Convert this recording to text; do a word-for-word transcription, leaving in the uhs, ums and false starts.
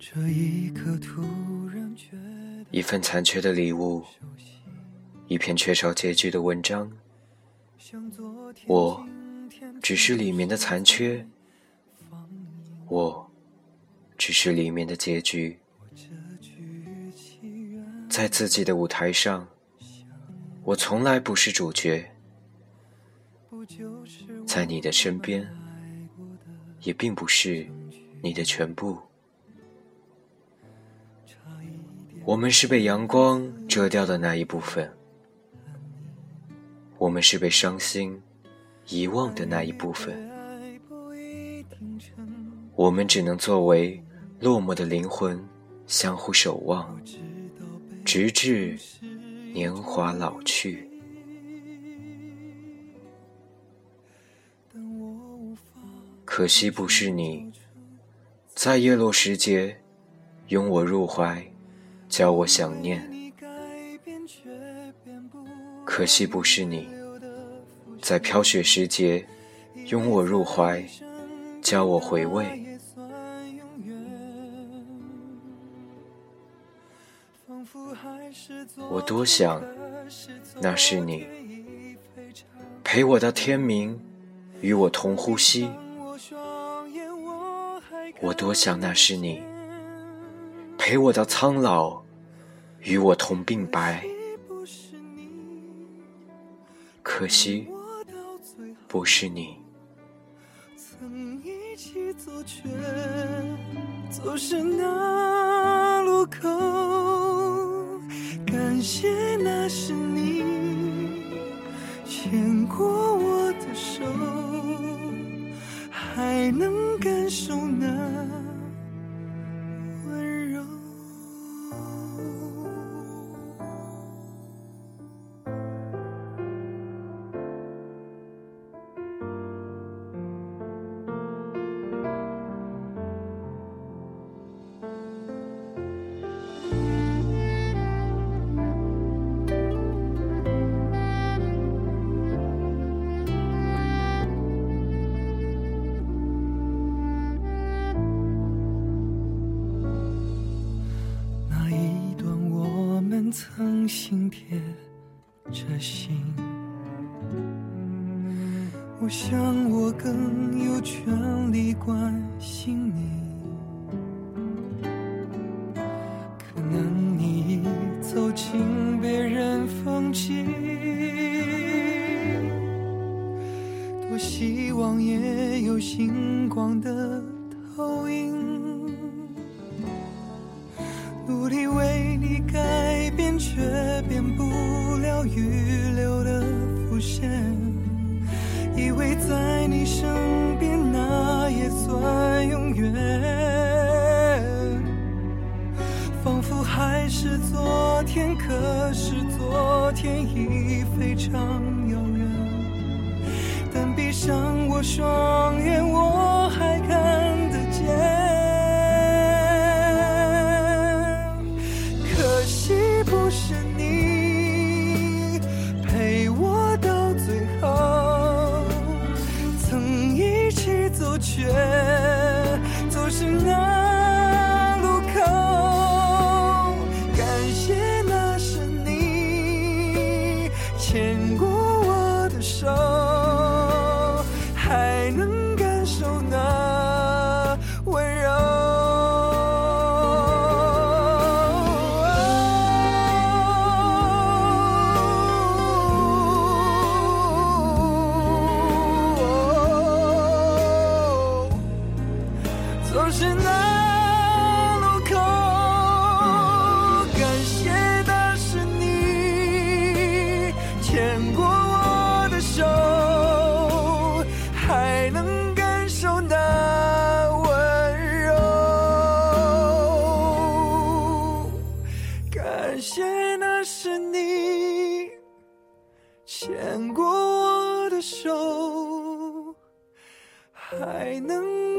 这一刻突然觉得一份残缺的礼物，一篇缺少结局的文章，我只是里面的残缺，我只是里面的结局。在自己的舞台上，我从来不是主角，在你的身边，也并不是你的全部。我们是被阳光遮掉的那一部分，我们是被伤心遗忘的那一部分，我们只能作为落寞的灵魂相互守望，直至年华老去。可惜不是你，在叶落时节拥我入怀，教我想念。可惜不是你，在飘雪时节拥我入怀，教我回味。我多想那是你，陪我到天明，与我同呼吸。我多想那是你，陪我到苍老，与我同鬓白。可惜不是你， 曾一起走却走失那路口，感谢那是你牵过我的手，还能感受那温柔。曾心贴着心，我想我更有权利关心你，可能你已走进别人风景，多希望也有星光的投影，努力为你改变，却变不了预留的伏线，以为在你身边那也算永远，仿佛还是昨天，可是昨天已非常遥远，但闭上我双眼，我还看得见。不是你陪我到最后，曾一起走却走失那路口，感谢那是你牵过我的手，还能感受那温柔。总是那路口，感谢的是你牵过我的手，还能感受那温柔，感谢那是你牵过我的手，还能